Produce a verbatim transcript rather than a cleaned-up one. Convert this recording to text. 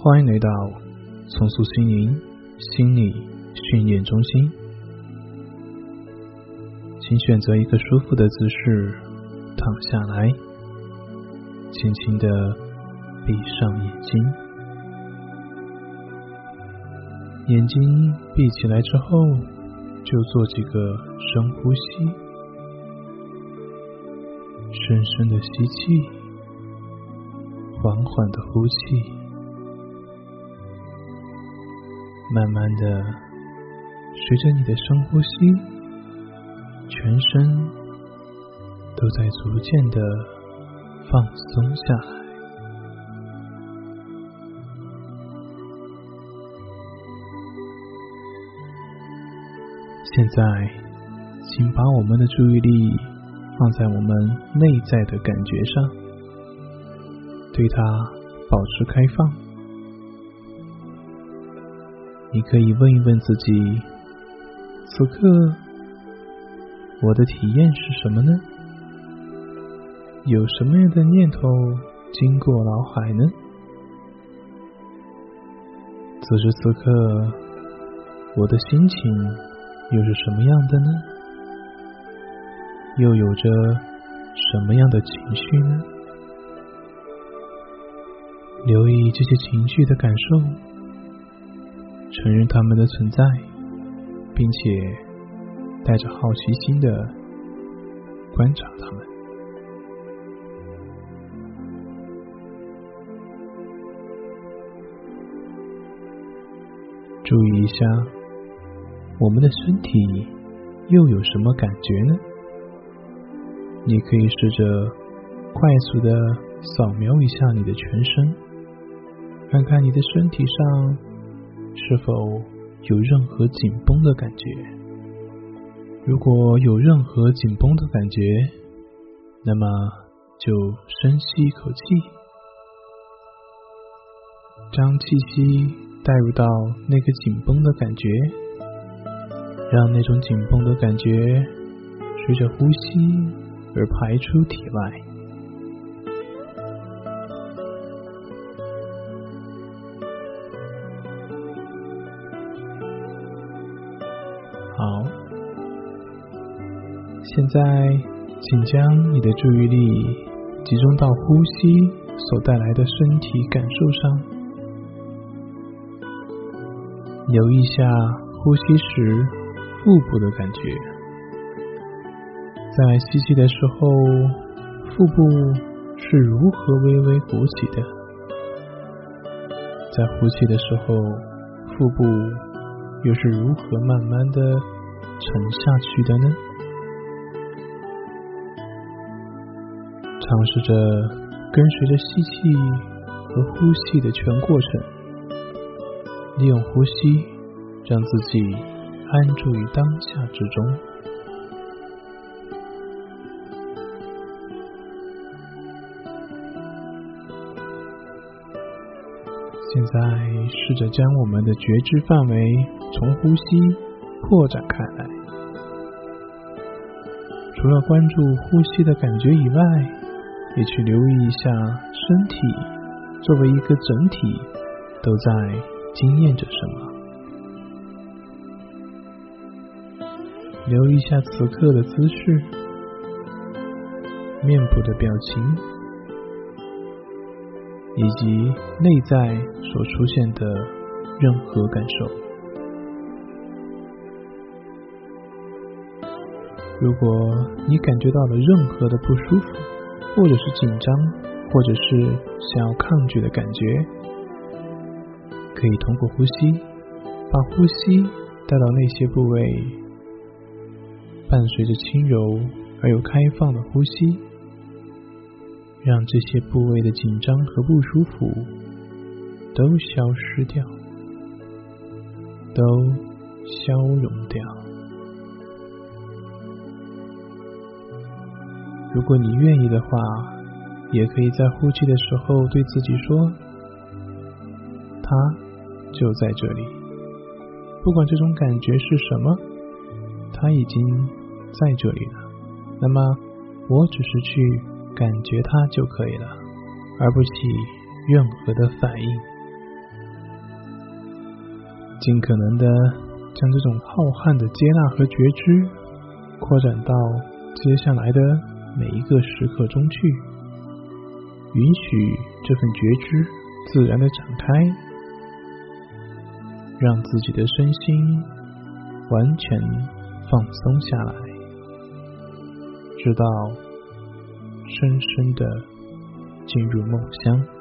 欢迎来到重塑心灵心理训练中心，请选择一个舒服的姿势躺下来，轻轻地闭上眼睛。眼睛闭起来之后，就做几个深呼吸，深深的吸气，缓缓的呼气，慢慢的随着你的深呼吸，全身都在逐渐的放松下来。现在请把我们的注意力放在我们内在的感觉上，对它保持开放。你可以问一问自己，此刻我的体验是什么呢？有什么样的念头经过脑海呢？此时此刻我的心情又是什么样的呢？又有着什么样的情绪呢？留意这些情绪的感受，承认它们的存在，并且带着好奇心的观察它们。注意一下我们的身体又有什么感觉呢？你可以试着快速的扫描一下你的全身，看看你的身体上是否有任何紧绷的感觉。如果有任何紧绷的感觉，那么就深吸一口气，将气息带入到那个紧绷的感觉，让那种紧绷的感觉随着呼吸而排出体外。好，现在请将你的注意力集中到呼吸所带来的身体感受上，留意一下呼吸时腹部的感觉。在吸气的时候，腹部是如何微微鼓起的？在呼气的时候，腹部又是如何慢慢的沉下去的呢？尝试着跟随着吸气和呼气的全过程，利用呼吸让自己安住于当下之中。现在试着将我们的觉知范围从呼吸扩展开来，除了关注呼吸的感觉以外，也去留意一下身体作为一个整体都在经验着什么。留意一下此刻的姿势、面部的表情，以及内在所出现的任何感受。如果你感觉到了任何的不舒服，或者是紧张，或者是想要抗拒的感觉，可以通过呼吸把呼吸带到那些部位，伴随着轻柔而又开放的呼吸，让这些部位的紧张和不舒服都消失掉，都消融掉。如果你愿意的话，也可以在呼气的时候对自己说，它就在这里，不管这种感觉是什么，它已经在这里了，那么我只是去感觉它就可以了，而不起任何的反应。 尽可能的将这种浩瀚的接纳和觉知扩展到接下来的每一个时刻中去，允许这份觉知自然的展开，让自己的身心完全放松下来，直到深深的进入梦乡。